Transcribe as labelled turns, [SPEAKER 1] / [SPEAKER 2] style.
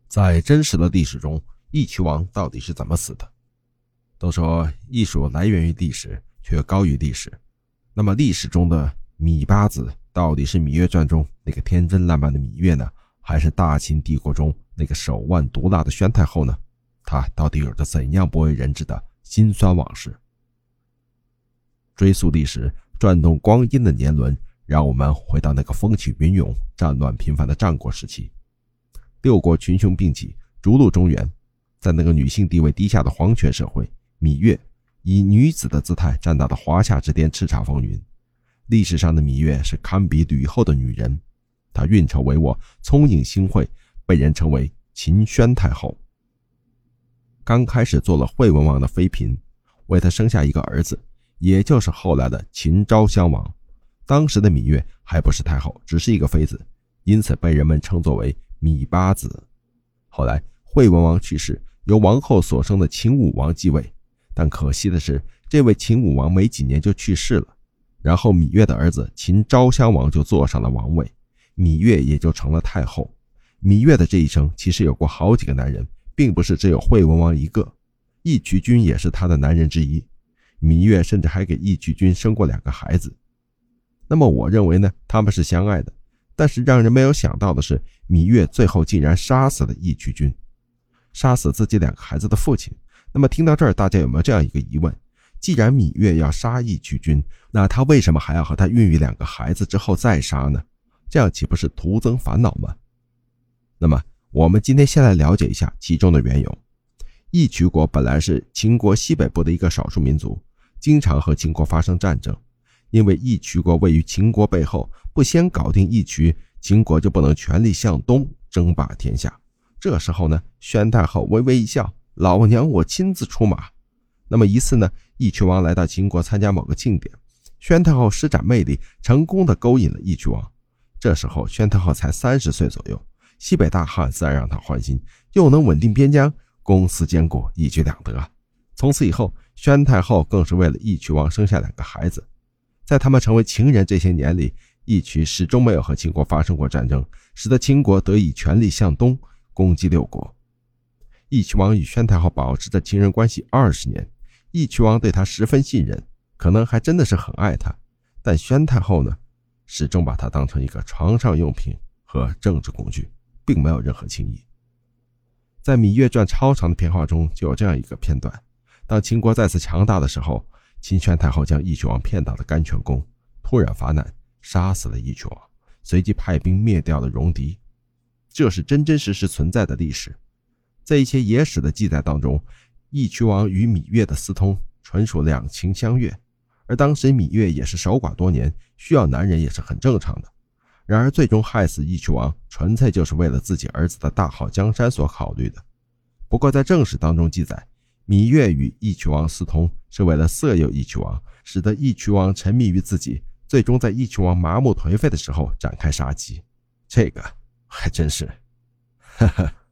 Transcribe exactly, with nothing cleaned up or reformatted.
[SPEAKER 1] 在真实的历史中，义渠王到底是怎么死的？都说艺术来源于历史，却高于历史。那么历史中的芈八子到底是《芈月传》中那个天真烂漫的芈月呢，还是大秦帝国中那个手腕毒辣的宣太后呢？她到底有着怎样不为人知的辛酸往事？追溯历史，转动光阴的年轮，让我们回到那个风起云涌、战乱频繁的战国时期。六国群雄并起，逐鹿中原。在那个女性地位低下的皇权社会，芈月以女子的姿态站到了华夏之巅，叱咤风云。历史上的芈月是堪比吕后的女人，她运筹帷幄，聪颖心慧，被人称为秦宣太后。刚开始做了惠文王的妃嫔，为她生下一个儿子，也就是后来的秦昭襄王。当时的芈月还不是太后，只是一个妃子，因此被人们称作为芈八子。后来惠文王去世，由王后所生的秦武王继位，但可惜的是，这位秦武王没几年就去世了。然后芈月的儿子秦昭襄王就坐上了王位，芈月也就成了太后。芈月的这一生其实有过好几个男人，并不是只有惠文王一个，义渠君也是他的男人之一。芈月甚至还给义渠君生过两个孩子。那么我认为呢，他们是相爱的，但是让人没有想到的是，芈月最后竟然杀死了义渠君，杀死自己两个孩子的父亲。那么听到这儿，大家有没有这样一个疑问？既然芈月要杀义渠君，那他为什么还要和他孕育两个孩子之后再杀呢？这样岂不是徒增烦恼吗？那么我们今天先来了解一下其中的缘由。义渠国本来是秦国西北部的一个少数民族，经常和秦国发生战争。因为义渠国位于秦国背后，不先搞定义渠，秦国就不能全力向东争霸天下。这时候呢，宣太后微微一笑，老娘我亲自出马。那么一次呢，义渠王来到秦国参加某个庆典，宣太后施展魅力，成功的勾引了义渠王。这时候宣太后才三十岁左右，西北大旱自然让她欢心，又能稳定边疆，公私兼顾，一举两得。从此以后，宣太后更是为了义渠王生下两个孩子。在他们成为情人这些年里，义渠始终没有和秦国发生过战争，使得秦国得以全力向东攻击六国。义渠王与宣太后保持着情人关系二十年，义渠王对他十分信任，可能还真的是很爱他。但宣太后呢，始终把他当成一个床上用品和政治工具，并没有任何情谊。在《芈月传》超长的篇话中就有这样一个片段，当秦国再次强大的时候，秦宣太后将义渠王骗到了甘泉宫，突然发难，杀死了义渠王，随即派兵灭掉了戎狄。这是真真实实存在的历史。在一些野史的记载当中，义渠王与芈月的私通纯属两情相悦，而当时芈月也是守寡多年，需要男人也是很正常的。然而最终害死义渠王，纯粹就是为了自己儿子的大好江山所考虑的。不过在正史当中记载，芈月与义渠王私通是为了色诱义渠王，使得义渠王沉迷于自己，最终在义渠王麻木颓废的时候展开杀机。这个还真是呵呵